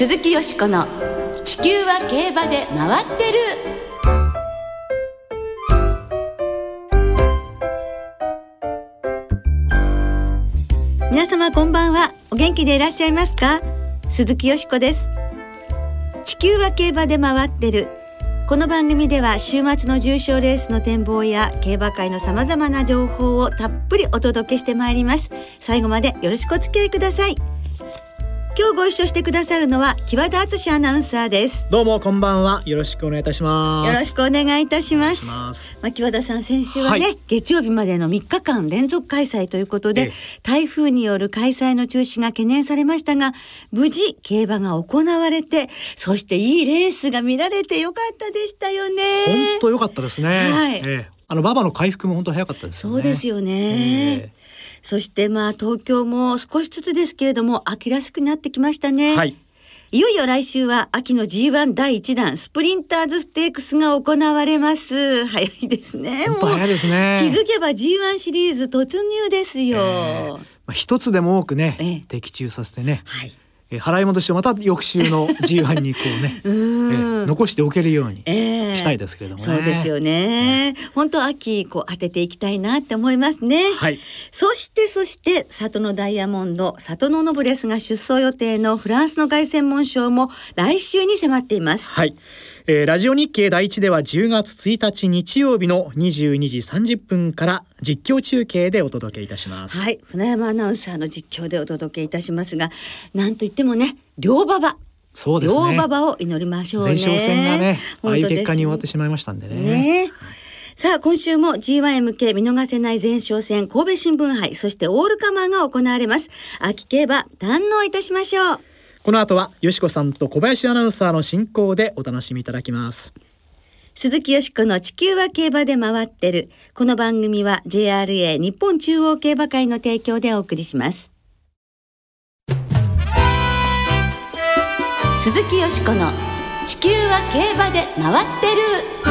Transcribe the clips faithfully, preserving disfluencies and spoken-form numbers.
鈴木よしこの地球は競馬で回ってる。皆様こんばんは。お元気でいらっしゃいますか？鈴木よしこです。地球は競馬で回ってる。この番組では週末の重賞レースの展望や競馬界のさまざまな情報をたっぷりお届けしてまいります。最後までよろしくお付き合いください。今日ご一緒してくださるのは木和田敦アナウンサーです。 どうもこんばんは。よろしくお願いいたします。 よろしくお願いいたします。 ます、 まあ、木和田さん、先週はね、はい、月曜日までのみっかかん連続開催ということで、ええ、台風による開催の中止が懸念されましたが、無事競馬が行われて、そしていいレースが見られてよかったでしたよね。 本当よかったですね、はい、ええ、あの馬場の回復も本当早かったですよね。 そうですよね、ええ、そしてまあ東京も少しずつですけれども秋らしくなってきましたね、はい、いよいよ来週は秋の ジーワン だいいちだんスプリンターズステークスが行われます。早いですね。 本当早いですね。 気づけば ジーワン シリーズ突入ですよ、えーまあ、一つでも多くね、えー、的中させてね、はい、えー、払い戻しをまた翌週の ジーワン にこうねうーん、えー、残しておけるようにしたいですけれどもね、 えー、そうですよね、えー、本当秋こう当てていきたいなって思いますね、はい、そしてそして里のダイヤモンド里のノブレスが出走予定のフランスの凱旋門賞も来週に迫っています。 はい、えー、ラジオ日経第一ではじゅうがつついたち日曜日のにじゅうにじさんじゅっぷんから実況中継でお届けいたします。 はい、船山アナウンサーの実況でお届けいたしますが、なんといってもね、両馬場、 そうですね、 両馬場を祈りましょうね。 前哨戦がね、ああいう結果に終わってしまいましたんで ね, ね、はい、さあ今週も ジーワン へ向け見逃せない前哨戦神戸新聞杯、そしてオールカマーが行われます。秋競馬堪能いたしましょう。 この後はよしこさんと小林アナウンサーの進行でお楽しみいただきます。 鈴木よしこの地球は競馬で回ってる。この番組は ジェイアールエー 日本中央競馬会の提供でお送りします。鈴木よしこの地球は競馬で回ってる。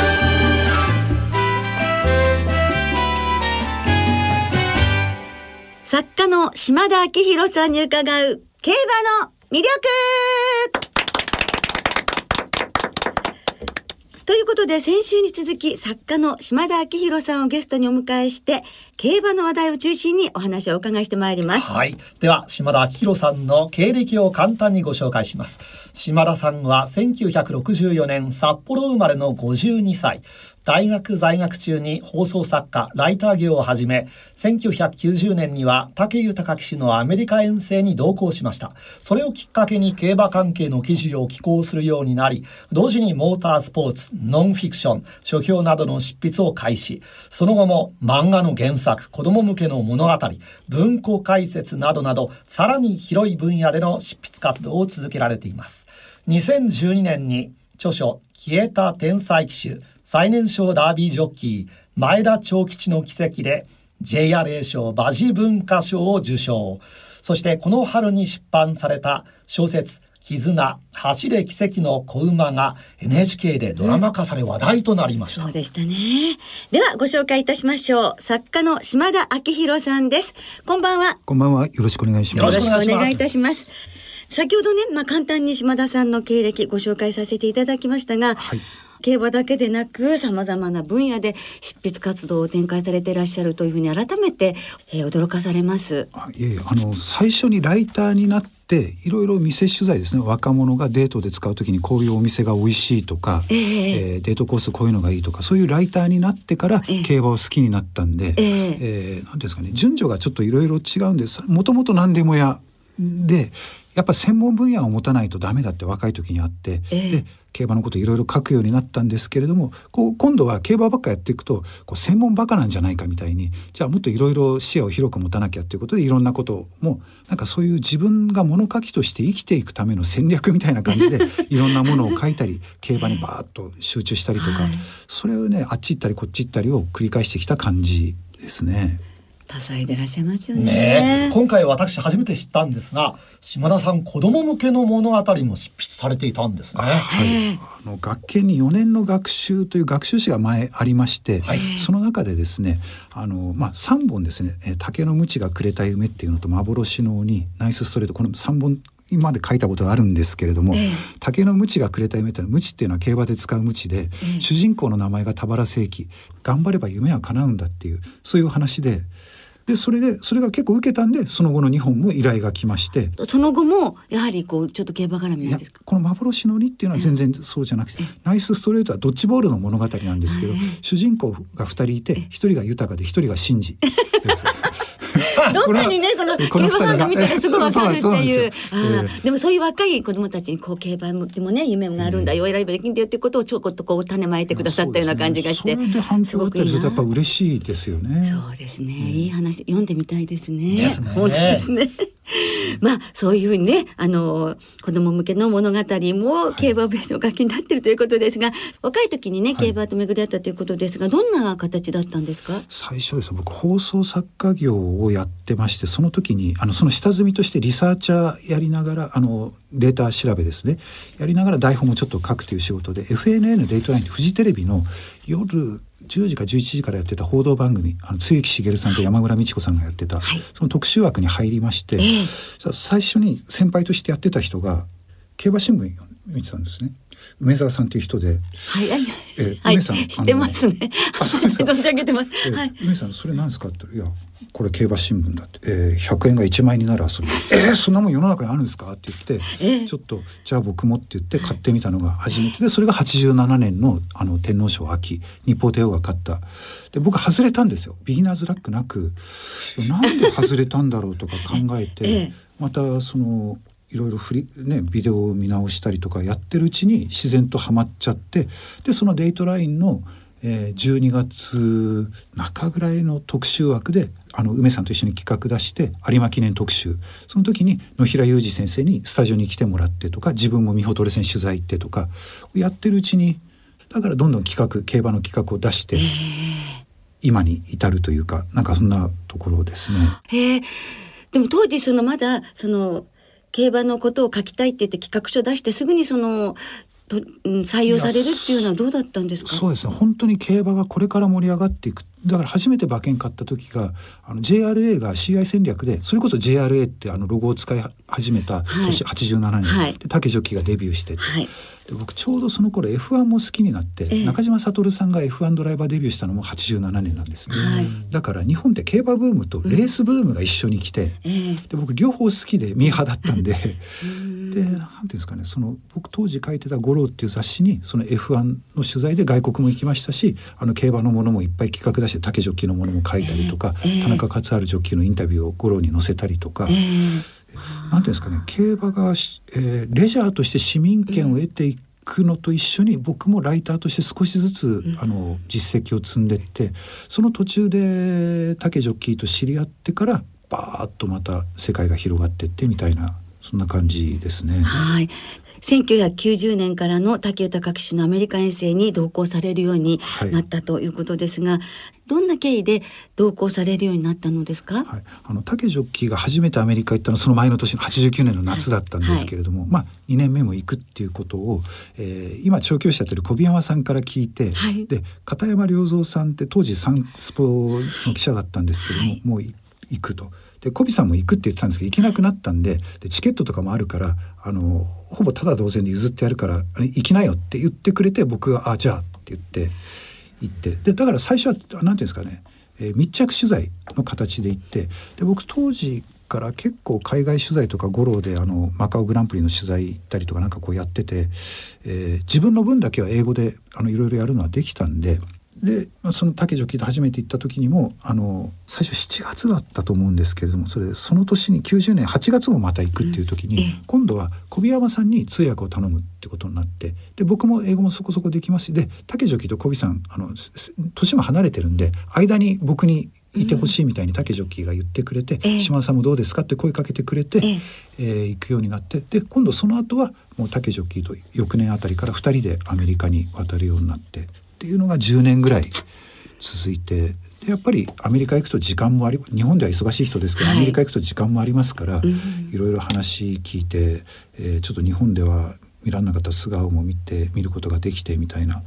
作家の島田明宏さんに伺う競馬の魅力ということで、先週に続き作家の島田明宏さんをゲストにお迎えして競馬の話題を中心にお話をお伺いしてまいります。 はい、では島田明宏さんの経歴を簡単にご紹介します。島田さんはせんきゅうひゃくろくじゅうよねん札幌生まれのごじゅうにさい。大学在学中に放送作家ライター業を始め、せんきゅうひゃくきゅうじゅうねんには武豊騎手のアメリカ遠征に同行しました。それをきっかけに競馬関係の記事を寄稿するようになり、同時にモータースポーツ、ノンフィクション、書評などの執筆を開始。その後も漫画の原作、子供向けの物語、文庫解説などなど、さらに広い分野での執筆活動を続けられています。にせんじゅうにねんに著書消えた天才騎手、最年少ダービージョッキー前田長吉の奇跡で ジェイアールエー 賞馬事文化賞を受賞。そしてこの春に出版された小説絆走れ奇跡の子馬が エヌエイチケー でドラマ化され話題となりました、 うん、そうでしたね。ではご紹介いたしましょう。作家の島田明宏さんです。こんばんは。 こんばんは。よろしくお願いします。 よろしくお願いいたします。先ほどね、まあ、簡単に島田さんの経歴ご紹介させていただきましたが、はい、競馬だけでなくさまざまな分野で執筆活動を展開されていらっしゃるというふうに改めて、えー、驚かされます。 あ、いえいえ、あの最初にライターになっていろいろ店取材ですね。若者がデートで使うときにこういうお店が美味しいとか、えーえー、デートコースこういうのがいいとか、そういうライターになってから競馬を好きになったんで、えーえー、なんですかね、順序がちょっといろいろ違うんです。もともと何でも屋で、やっぱ専門分野を持たないとダメだって若い時にあって、えー、で競馬のこといろいろ書くようになったんですけれども、こう今度は競馬ばっかやっていくとこう専門バカなんじゃないかみたいに、じゃあもっといろいろ視野を広く持たなきゃということで、いろんなこともなんかそういう自分が物書きとして生きていくための戦略みたいな感じでいろんなものを書いたり競馬にバーッと集中したりとか、はい、それをね、あっち行ったりこっち行ったりを繰り返してきた感じですね。 多彩でいらっしゃいますよ ね, ね。今回私初めて知ったんですが、島田さん子供向けの物語も執筆されていたんですね。 はい、あの学研によねんの学習という学習誌が前ありまして、はい、その中でですね、あの、まあ、さんぼんですね、竹の鞭がくれた夢っていうのと幻の鬼、ナイスストレート、このさんぼん今まで書いたことがあるんですけれども、えー、竹の鞭がくれた夢っていうのは、鞭っていうのは競馬で使う鞭で、えー、主人公の名前が田原清輝、頑張れば夢は叶うんだっていう、そういう話で、でそれでそれが結構受けたんで、その後のにほんも依頼が来まして、 その後もやはりこうちょっと競馬絡みなんですか。 この幻の鬼っていうのは全然そうじゃなくて、ナイスストレートはドッジボールの物語なんですけど、主人公がふたりいて、ひとりが豊かでひとりが真治ですどっかにね、この競馬ファンが見たらすごいわかるっていう。でもそういう若い子どもたちにこう競馬でもね夢があるんだよ、選べばできるんだよっていうことをちょこっとこう種まいてくださったような感じがして、 それで反響があったりするとやっぱ嬉しいですよね。 そうですね、いい話読んでみたいですね。ですね、本当ですねまあそういうね、あの子ども向けの物語も競馬ベースの書きになっているということですが、はい、若い時にね競馬と巡り合ったということですが、どんな形だったんですか。 最初ですね、僕放送作家業をやってまして、その時にあのその下積みとしてリサーチャーやりながら、あのデータ調べですねやりながら台本もちょっと書くという仕事で、 エフエヌエヌ デイトラインフジテレビの夜じゅうじかじゅういちじからやってた報道番組、あの露木茂さんと山村美智子さんがやってた、はい、その特集枠に入りまして、えー、最初に先輩としてやってた人が競馬新聞見てたんですね。梅沢さんという人で、はい、 えーはい、梅さん知ってますね。 あ、そうですか。 存じ上げてます。 えーはい、 梅さんそれ何ですかって言ったら、いやこれ競馬新聞だって、えー、ひゃくえんがいちまんえんになる遊びえー、そんなもん世の中にあるんですかって言って、えー、ちょっとじゃあ僕もって言って買ってみたのが初めてで、それがはちじゅうななねんのあの天皇賞秋日報帝王が勝った。で僕外れたんですよ。ビギナーズラックなく、なんで外れたんだろうとか考えて、えー、またそのいろいろフリ、ね、ビデオを見直したりとかやってるうちに自然とハマっちゃって、でそのデイトラインのえー、じゅうにがつなかぐらいの特集枠であの梅さんと一緒に企画出して有馬記念特集、その時に野平裕二先生にスタジオに来てもらってとか、自分も美穂トレセン取材行ってとかやってるうちに、だからどんどん企画競馬の企画を出して、えー、今に至るというか、なんかそんなところですね。 へー。でも当時そのまだその競馬のことを書きたいって言って企画書出してすぐにそのと採用されるっていうのはどうだったんですか。 そうですね、本当に競馬がこれから盛り上がっていく。だから初めて馬券買った時があの ジェイアールエー が シーアイ 戦略で、それこそ ジェイアールエー ってあのロゴを使い始めた年、はい、はちじゅうななねん、はい、で竹ジョッキーがデビューしてて、はい、で僕ちょうどその頃 エフワン も好きになって、えー、中島悟さんが エフワン ドライバーデビューしたのもはちじゅうななねんなんですね、はい、だから日本って競馬ブームとレースブームが一緒に来て、うんえー、で僕両方好きでミーハーだったんででなんていうんですかね、その僕当時書いてた五郎っていう雑誌にその エフワン の取材で外国も行きましたし、あの競馬のものもいっぱい企画出して竹ジョッキーのものも書いたりとか、えーえー、田中勝治ジョッキーのインタビューを五郎に載せたりとか、えー、なんていうんですかね、競馬が、えー、レジャーとして市民権を得ていくのと一緒に、僕もライターとして少しずつ、うん、あの実績を積んでって、その途中で竹ジョッキーと知り合ってからバーッとまた世界が広がっていってみたいな、そんな感じですね。 はい。せんきゅうひゃくきゅうじゅうねんからの武豊騎手のアメリカ遠征に同行されるようになったということですが、はい、どんな経緯で同行されるようになったのですか。 はい、あの竹ジョッキーが初めてアメリカ行ったのはその前の年のはちじゅうきゅうねんの夏だったんですけれども、はいはい、まあにねんめも行くっていうことを、えー、今調教師やってる小宮山さんから聞いて、はい、で片山良三さんって当時サンスポの記者だったんですけども、はい、もう行くと。で小尾さんも行くって言ってたんですけど行けなくなったん で, でチケットとかもあるからあのほぼただ同然で譲ってやるから行きなよって言ってくれて、僕があじゃあって言って行って、でだから最初はなんていうんですかね、えー、密着取材の形で行って、で僕当時から結構海外取材とか五郎であのマカオグランプリの取材行ったりとかなんかこうやってて、えー、自分の分だけは英語であのいろいろやるのはできたんで、でその竹ジョッキーと初めて行った時にもあの最初しちがつだったと思うんですけれども、それその年にきゅうじゅうねんはちがつもまた行くっていう時に、うん、今度は小宮山さんに通訳を頼むってことになって、で僕も英語もそこそこできますし、で竹ジョッキーと小尾さんあの年も離れてるんで間に僕にいてほしいみたいに竹ジョッキーが言ってくれて、うん、島田さんもどうですかって声かけてくれて、ええー、行くようになって、で今度その後はもう竹ジョッキーと翌年あたりからふたりでアメリカに渡るようになってっていうのがじゅうねんぐらい続いて、でやっぱりアメリカ行くと時間もあり、日本では忙しい人ですけど、はい、アメリカ行くと時間もありますから、うん、いろいろ話聞いて、えー、ちょっと日本では見られなかった素顔も見て見ることができてみたいな、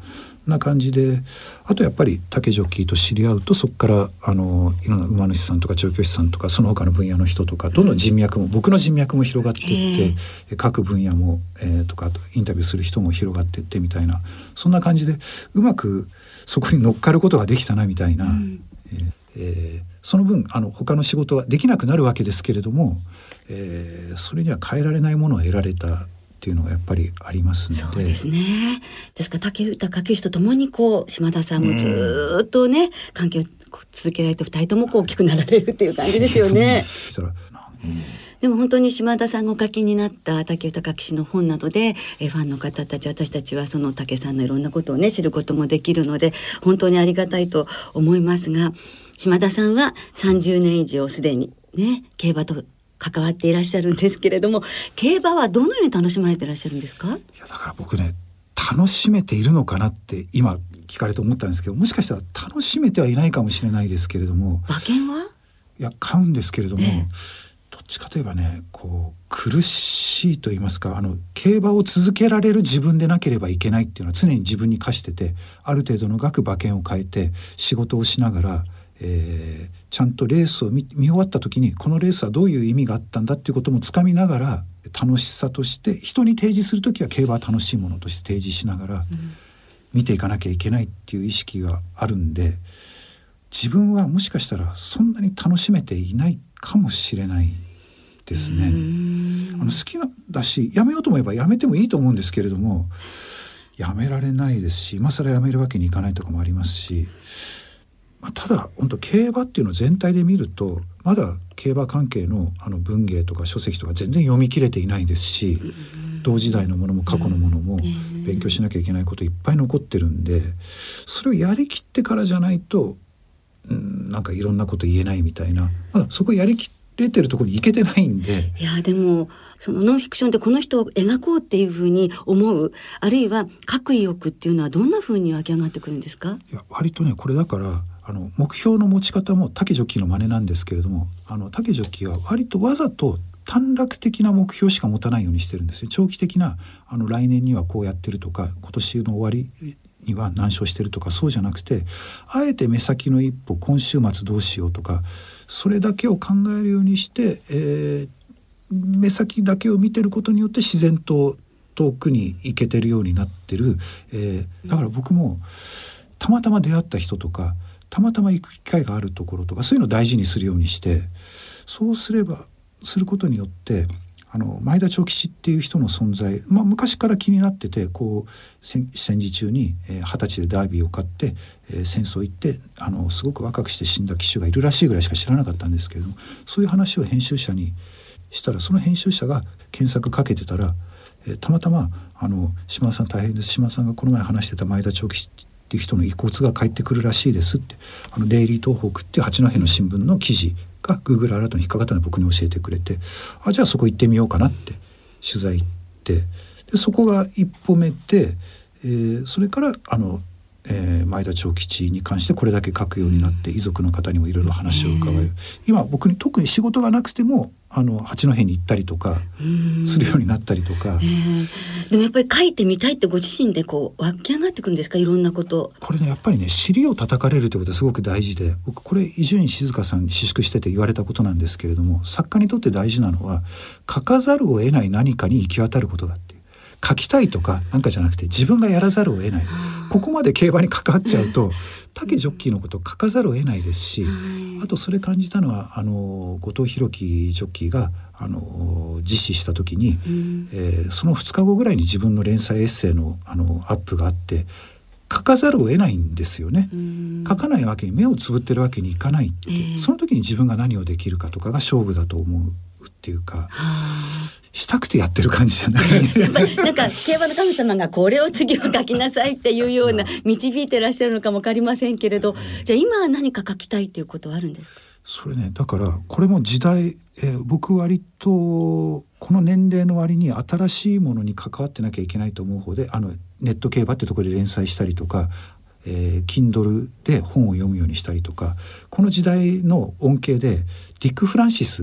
な感じで、あとやっぱり竹ジョッキーと知り合うと、そこからあのいろんな馬主さんとか調教師さんとかその他の分野の人とかどんどん人脈も、僕の人脈も広がっていって、えー、各分野も、えー、とかインタビューする人も広がっていってみたいな、そんな感じでうまくそこに乗っかることができたなみたいな、うん、えーえー、その分あの他の仕事はできなくなるわけですけれども、えー、それには変えられないものを得られたっていうのがやっぱりありますので。 そうですね。ですから竹内武とともにこう島田さんもずっとね、うん、関係を続けられてふたりともこう大きくなられるっていう感じですよね。でも本当に島田さんがお書きになった竹内武氏の本などでえファンの方たち、私たちはその竹さんのいろんなことをね知ることもできるので本当にありがたいと思いますが、島田さんはさんじゅうねん以上すでにね競馬と関わっていらっしゃるんですけれども、競馬はどのように楽しまれていらっしゃるんですか？いやだから僕ね、楽しめているのかなって今聞かれて思ったんですけど、もしかしたら楽しめてはいないかもしれないですけれども。 馬券はいや買うんですけれども、 ね、 どっちかといえばね、こう苦しいと言いますか、あの競馬を続けられる自分でなければいけないっていうのは常に自分に課してて、ある程度の額馬券を変えて仕事をしながら、えー、ちゃんとレースを 見, 見終わった時にこのレースはどういう意味があったんだっていうこともつかみながら、楽しさとして人に提示する時は競馬は楽しいものとして提示しながら見ていかなきゃいけないっていう意識があるんで、自分はもしかしたらそんなに楽しめていないかもしれないですね。あの好きなだし、やめようと思えばやめてもいいと思うんですけれども、やめられないですし、今更やめるわけにいかないとかもありますし、まあ、ただ本当競馬っていうのを全体で見るとまだ競馬関係のあの文芸とか書籍とか全然読み切れていないですし、同時代のものも過去のものも勉強しなきゃいけないこといっぱい残ってるんで、それをやりきってからじゃないと、うん、なんかいろんなこと言えないみたいな、まだそこやりきれてるところに行けてないんで。 いやでもそのノンフィクションでこの人を描こうっていうふうに思う、あるいは書く意欲っていうのはどんなふうに湧き上がってくるんですか？ いや割とね、これだからあの目標の持ち方も竹ジョッキーの真似なんですけれども、あの竹ジョッキーは割とわざと短絡的な目標しか持たないようにしてるんですよ。長期的なあの来年にはこうやってるとか、今年の終わりには何勝してるとか、そうじゃなくて、あえて目先の一歩、今週末どうしようとか、それだけを考えるようにして、えー、目先だけを見てることによって自然と遠くに行けてるようになってる、えー、だから僕もたまたま出会った人とかたまたま行く機会があるところとか、そういうのを大事にするようにして、そうすればすることによってあの前田長吉っていう人の存在、まあ、昔から気になってて、こう戦時中に二十、えー、歳でダービーを勝って、えー、戦争行ってあのすごく若くして死んだ騎手がいるらしいぐらいしか知らなかったんですけれども、そういう話を編集者にしたら、その編集者が検索かけてたら、えー、たまたまあの島田さん大変です、島田さんがこの前話してた前田長吉っていう人の遺骨が帰ってくるらしいですって、あのデイリー東北っていう八戸の新聞の記事が Google アラートに引っかかったので僕に教えてくれて、あじゃあそこ行ってみようかなって取材行って、でそこが一歩目で、えー、それからあの、えー、前田長吉に関してこれだけ書くようになって、遺族の方にもいろいろ話を伺う、今僕に特に仕事がなくてもあの八戸に行ったりとかするようになったりとか。 でもやっぱり書いてみたいってご自身でこう湧き上がってくるんですか、いろんなこと。 これねやっぱりね、尻を叩かれるということはすごく大事で、僕これ伊集院静香さんに私淑してて言われたことなんですけれども、作家にとって大事なのは書かざるを得ない何かに行き渡ることだっていう、書きたいとかなんかじゃなくて自分がやらざるを得ない、ここまで競馬に関わっちゃうと竹ジョッキーのことを書かざるを得ないですし、あとそれ感じたのはあの後藤弘樹ジョッキーがあの実施した時に、うんえー、そのふつかごぐらいに自分の連載エッセイの、あのアップがあって、書かざるを得ないんですよね。書かないわけに目をつぶってるわけにいかないって、えー、その時に自分が何をできるかとかが勝負だと思うっていうか、したくてやってる感じじゃないなんか競馬の神様がこれを次は書きなさいっていうような導いてらっしゃるのかも分かりませんけれど、じゃあ今は何か書きたいっていうことはあるんですか？ それね、だからこれも時代、えー、僕割とこの年齢の割に新しいものに関わってなきゃいけないと思う方で、あのネット競馬ってところで連載したりとか、えー、Kindle で本を読むようにしたりとか、この時代の恩恵でディック・フランシス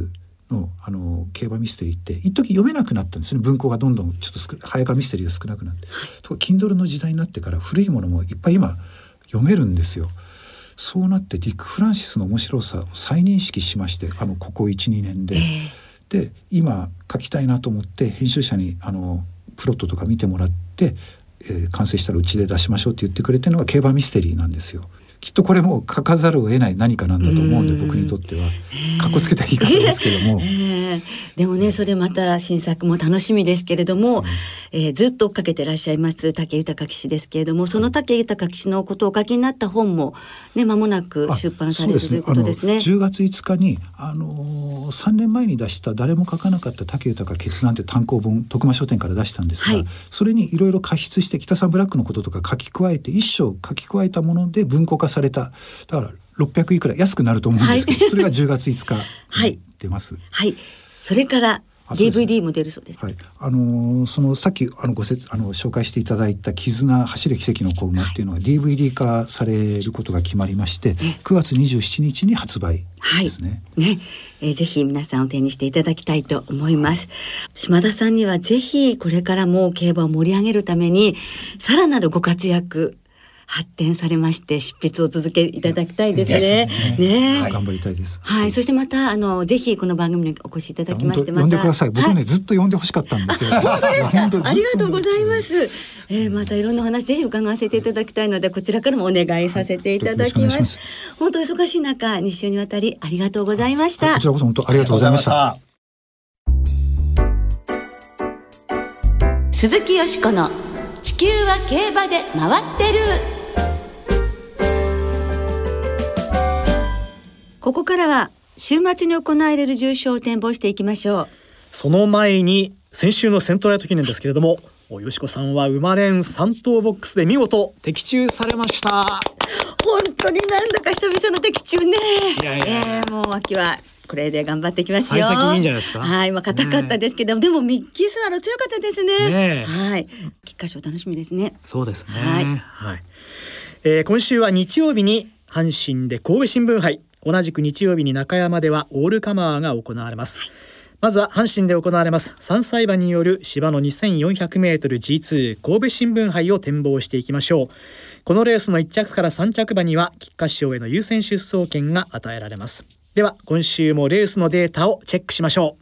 のあの競馬ミステリーって一時読めなくなったんですね。文庫がどんどんちょっと少早川ミステリーが少なくなって、と Kindle の時代になってから古いものもいっぱい今読めるんですよ。そうなってディック・フランシスの面白さを再認識しまして、あのここ いちにねんで、えー、で今書きたいなと思って編集者にあのプロットとか見てもらって、えー、完成したらうちで出しましょうって言ってくれてるのが競馬ミステリーなんですよ。きっとこれも書かざるを得ない何かなんだと思うんで、僕にとってはかっこつけた言い方ですけども、 えー、でもねそれまた新作も楽しみですけれども、うんえー、ずっと追っかけてらっしゃいます武豊騎士ですけれども、その武豊騎士のことをお書きになった本もね間もなく出版されるということですね。 じゅうがついつかに、あのー、さんねんまえに出した誰も書かなかった武豊決断って単行本徳間書店から出したんですが、はい、それにいろいろ加筆して北さんブラックのこととか書き加えて一章書き加えたもので文庫化された。だからろっぴゃくいくら安くなると思うんですけど、はい、それがじゅうがついつかに出ます。 はい、はい、それからディーブイディー も出るそうです。 はい、あのー、そのさっきあのご説あの紹介していただいた絆走れ奇跡の子馬っていうのが ディーブイディー 化されることが決まりまして、くがつにじゅうしちにちに発売ですね。 はい、ね、えー、ぜひ皆さんお手にしていただきたいと思います。島田さんにはぜひこれからも競馬を盛り上げるためにさらなるご活躍発展されまして執筆を続けいただきたいですね。ね、 ね、はい、頑張りたいです。 はい、そしてまたあのぜひこの番組にお越しいただきましてまた呼んでください。僕ね、はい、ずっと呼んでほしかったんですよ。 本当ですか。ありがとうございます。えー、またいろんなお話ぜひ伺わせていただきたいのでこちらからもお願いさせていただきます。はい、ます本当忙しい中に週にわたりありがとうございました。はい、 こちらこそ本当ありがとうございました。 鈴木よしこの地球は競馬で回ってる。ここからは週末に行われる重賞を展望していきましょう。 その前に先週のセントライト記念ですけれども、よしこさんは馬連さん頭ボックスで見事的中されました。 本当になんだか久々の的中ね。いやいや、えー、もう秋はこれで頑張ってきますよ。 幸先いいんじゃないですか。 はい、まあ硬かったですけど、ね、でもミッキースワロー強かったですね。ね、はい、菊花賞楽しみですね。 そうですね。はい、はい、えー、今週は日曜日に阪神で神戸新聞杯、同じく日曜日に中山ではオールカマーが行われます。はい、まずは阪神で行われますさんさい馬による芝の にせんよんひゃくメートルジーツー 神戸新聞杯を展望していきましょう。このレースのいっ着からさん着馬には菊花賞への優先出走権が与えられます。では今週もレースのデータをチェックしましょ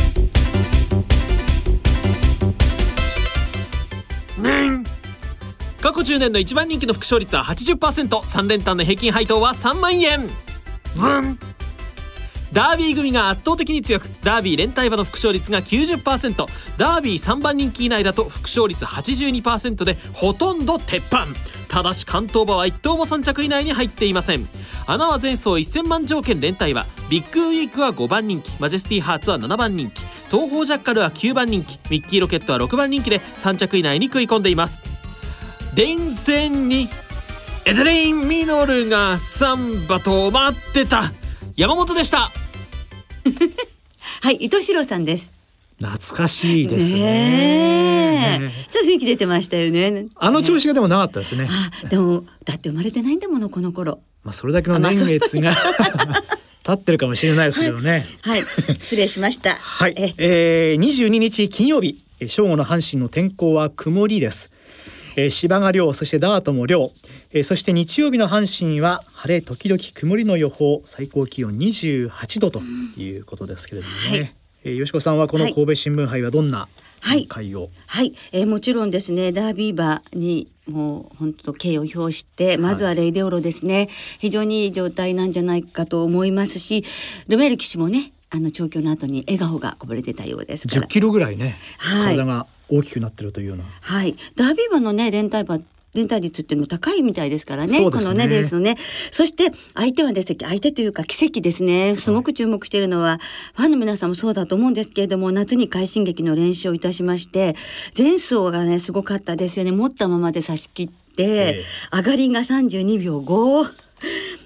う。ねん過去じゅうねんのいちばん人気の副勝率は はちじゅっパーセント、 さん連単の平均配当はさんまんえん。ズンダービー組が圧倒的に強く、ダービー連帯馬の副勝率が きゅうじゅっパーセント、 ダービーさんばん人気以内だと副勝率 はちじゅうにパーセント でほとんど鉄板。ただし関東馬はいっ頭もさん着以内に入っていません。穴は前走せんまん条件連帯馬、ビッグウィークはごばん人気、マジェスティハーツはななばん人気、東方ジャッカルはきゅうばん人気、ミッキーロケットはろくばん人気でさん着以内に食い込んでいます。電線にエデレイン・ミノルがサンバと待ってた。山本でした。 はい、伊藤史郎さんです。 懐かしいですね。 ね、ちょっと雰囲気出てましたよね。 あの調子がでもなかったですね。 あ、でもだって生まれてないんだものこの頃。 まあそれだけの年月が経ってるかもしれないですけどね。 はい、はい、失礼しました。 はい、ええー、にじゅうににち金曜日、正午の阪神の天候は曇りです。えー、芝が涼、そしてダートも涼、えー、そして日曜日の阪神は晴れ時々曇りの予報、最高気温にじゅうはちどということですけれどもね。はい、えー、よしこさんはこの神戸新聞杯はどんな会を、はいはい、えー、もちろんですね、ダービー馬にもう本当敬意を表してまずはレイデオロですね、はい、非常にいい状態なんじゃないかと思いますし、ルメール騎手もね、あの調教の後に笑顔がこぼれてたようですから、 じゅっキロぐらいね、はい、体が大きくなってるというような、 はい、ダービー馬のね連帯馬連帯率っていうのも高いみたいですから ね, ねこのねレースのね。そして相手はですね、相手というか奇跡ですね。すごく注目しているのは、はい、ファンの皆さんもそうだと思うんですけれども、夏に快進撃の連勝をいたしまして、前走がねすごかったですよね。持ったままで差し切って、えー、上がりがさんじゅうにびょうご、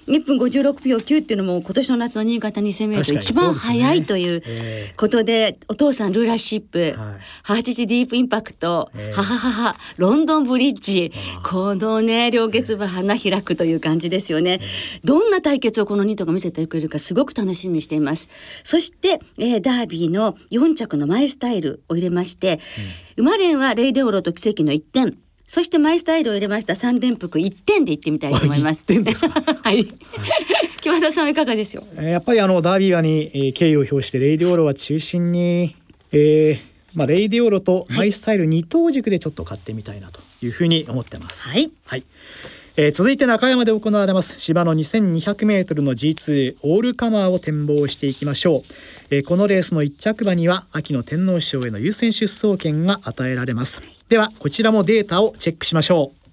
いっぷんごじゅうろくびょうきゅうっていうのも今年の夏の新潟にせんメートル一番速いということで、お父さんルーラーシップ、はい、母父ディープインパクト、えー、母母ロンドンブリッジ、このね両月馬花開くという感じですよね、えー、どんな対決をこのに頭が見せてくれるかすごく楽しみにしています。そして、えー、ダービーのよん着のマイスタイルを入れまして、うん、馬連はレイデオロと奇跡のいってん、そしてマイスタイルを入れました三連複いってんでいってみたいと思います。 いってんですかはい、木和田さんはいかがでしょう。 やっぱりあのダービー馬に、えー、敬意を表してレイデオロは中心に、えーまあ、レイデオロとマイスタイルに頭軸でちょっと買ってみたいなというふうに思ってます。 はい、 はいえー、続いて中山で行われます芝のにせんにひゃくメートルの ジーツー オールカマーを展望していきましょう。えー、このレースのいっ着馬には秋の天皇賞への優先出走権が与えられます。ではこちらもデータをチェックしましょう。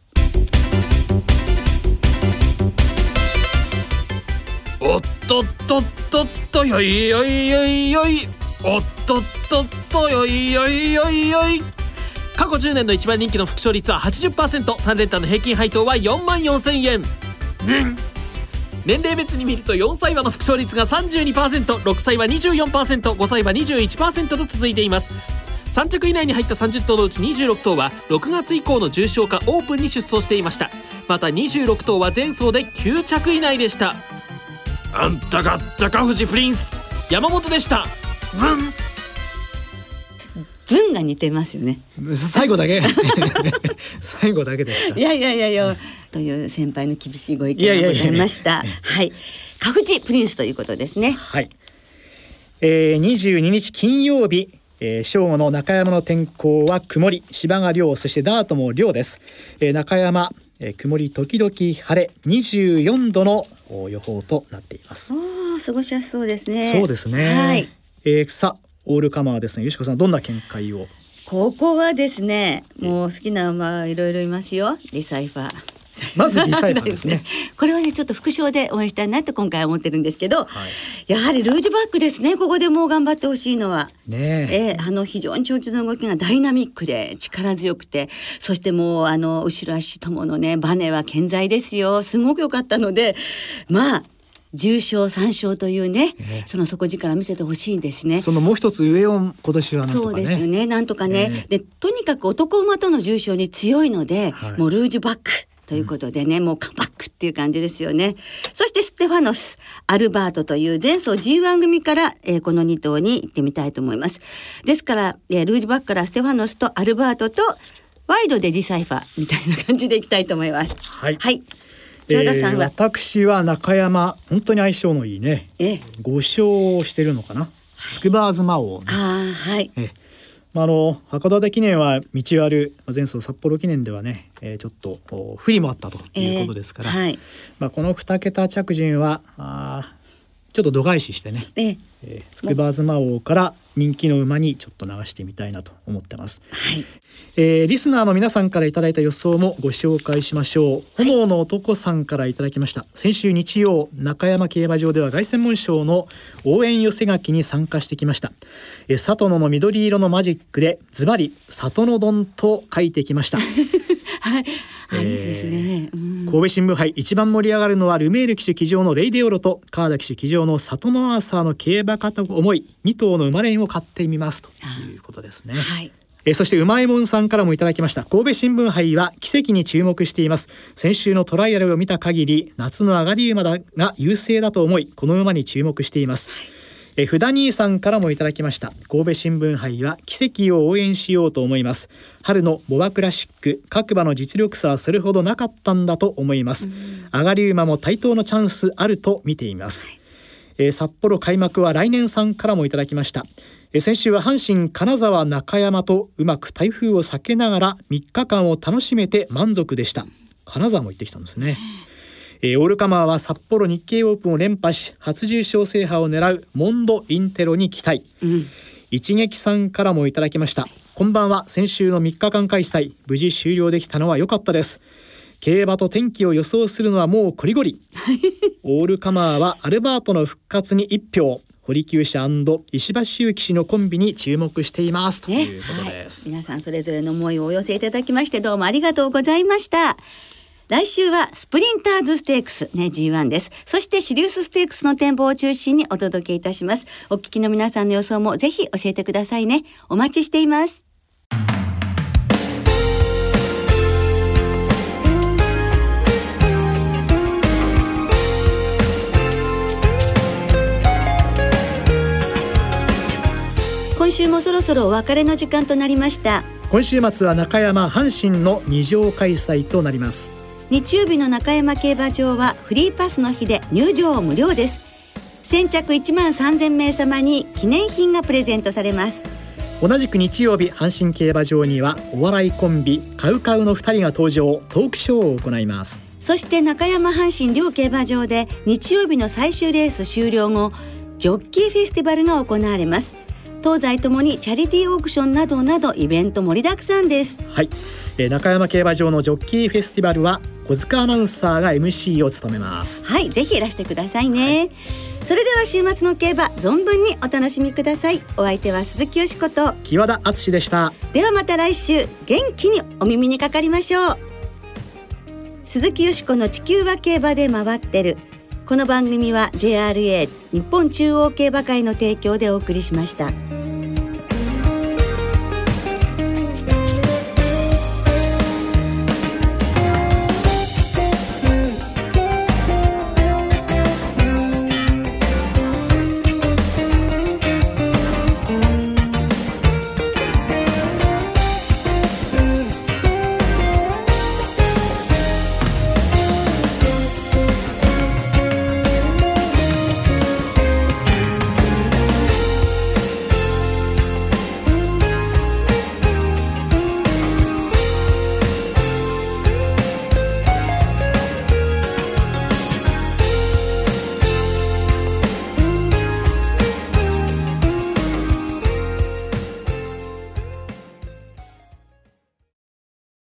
おっとっとっとっとよいよいよいよい、おっとっとっとよいよいよいよい。過去じゅうねんの一番人気の副勝率は はちじゅっパーセント、さん連単の平均配当はよんまんよんせんえん、うん、年齢別に見るとよんさい馬の副勝率が さんじゅうにパーセント、ろくさいは にじゅうよんパーセント、ごさいは にじゅういちパーセント と続いています。さん着以内に入ったさんじゅっ頭のうちにじゅうろく頭はろくがつ以降の重賞かオープンに出走していました。またにじゅうろく頭は前走できゅう着以内でした。あんたが高藤プリンス山本でした。ズンズンが似てますよね。 最後だけ最後だけですか。 いやいやいやいやという先輩の厳しいご意見がございました。はい、カフジプリンスということですね。 はい、えー、にじゅうににち金曜日、えー、正午の中山の天候は曇り、芝が涼、そしてダートも涼です。えー、中山、えー、曇り時々晴れ、にじゅうよんどの予報となっています。 おー、過ごしやすそうですね。 そうですね。 はい、 えー、さあオールカマーですね。よしこさんどんな見解を。 ここはですね、もう好きな馬いろいろいますよ。ディサイファーまずディサイファーですねこれはねちょっと副賞で応援したいなって今回思ってるんですけど、はい、やはりルージュバックですね。ここでもう頑張ってほしいのはねえ、えー、あの非常に長距離の動きがダイナミックで力強くて、そしてもうあの後ろ足とものねバネは健在ですよ。すごく良かったので、まあ重賞さん勝というね、えー、その底力見せてほしいですね。 そのもう一つ上を今年はなんとかね。 そうですよね、なんとかね、えー、でとにかく男馬との重賞に強いので、はい、もうルージュバックということでね、うん、もうカバックっていう感じですよね。そしてステファノス、アルバートという前走 ジーワン 組から、えー、このに頭に行ってみたいと思います。ですから、えー、ルージュバックからステファノスとアルバートとワイドでディサイファーみたいな感じでいきたいと思います。 はい。 はい。京田さんは、 えー、私は中山本当に相性のいいね、えー、ご勝をしてるのかな、はい、スクバーズマ王、ね、 あ、はい、 えーまあ、あの函館記念は道ある、前走札幌記念ではね、えー、ちょっと不利もあったということですから、えーはい、まあ、このに桁着順はあちょっと度外視してね、えーえー、筑波妻王から人気の馬にちょっと流してみたいなと思ってます。 はい、 えー、リスナーの皆さんからいただいた予想もご紹介しましょう。炎の男さんからいただきました。先週日曜中山競馬場では凱旋門賞の応援寄せ書きに参加してきました。えー、里野の緑色のマジックでズバリ里野丼と書いてきました。 はい、あれですね、うん、 神戸新聞杯一番盛り上がるのはルメール騎手騎乗のレイデオロと川田騎手騎乗の里野アーサーの競馬かと思いに頭の馬連を買ってみますということですね。 はい、 えそしてうまいもんさんからもいただきました。神戸新聞杯は奇跡に注目しています。先週のトライアルを見た限り夏の上がり馬だが優勢だと思いこの馬に注目しています。はい、えふだ兄さんからもいただきました。神戸新聞杯は奇跡を応援しようと思います。春のボバクラシック各馬の実力差はそれほどなかったんだと思います。上がり馬も対等のチャンスあると見ています。はい、え札幌開幕は来年さんからもいただきました。え先週は阪神金沢中山とうまく台風を避けながらみっかかんを楽しめて満足でした。金沢も行ってきたんですね。えー、オールカマーは札幌日経オープンを連覇し初重賞制覇を狙うモンドインテロに期待。うん、一撃さんからもいただきました。こんばんは。先週のみっかかん開催無事終了できたのは良かったです。競馬と天気を予想するのはもうこりごり。オールカマーはアルバートの復活にいち票、堀厩舎&石橋祐騎士のコンビに注目していますということです。 ね、はい、皆さんそれぞれの思いをお寄せいただきましてどうもありがとうございました。 来週はスプリンターズステークス、ね、ジーワン です。そしてシリウスステークスの展望を中心にお届けいたします。お聞きの皆さんの予想もぜひ教えてくださいね。お待ちしています。今週もそろそろお別れの時間となりました。 今週末は中山阪神のに乗開催となります。 日曜日の中山競馬場はフリーパスの日で入場無料です。先着いちまんさんぜんめい様に記念品がプレゼントされます。 同じく日曜日、阪神競馬場にはお笑いコンビカウカウのふたりが登場、トークショーを行います。 そして中山阪神両競馬場で日曜日の最終レース終了後、ジョッキーフェスティバルが行われます。東西ともにチャリティーオークションなどなどイベント盛りだくさんです。 はい、えー、中山競馬場のジョッキーフェスティバルは小塚アナウンサーが エムシー を務めます。 はい、ぜひいらしてくださいね、はい、それでは週末の競馬存分にお楽しみください。お相手は鈴木よしこと木和田敦でした。 ではまた来週元気にお耳にかかりましょう。鈴木よしこの地球は競馬で回ってる。この番組は ジェイアールエー 日本中央競馬会の提供でお送りしました。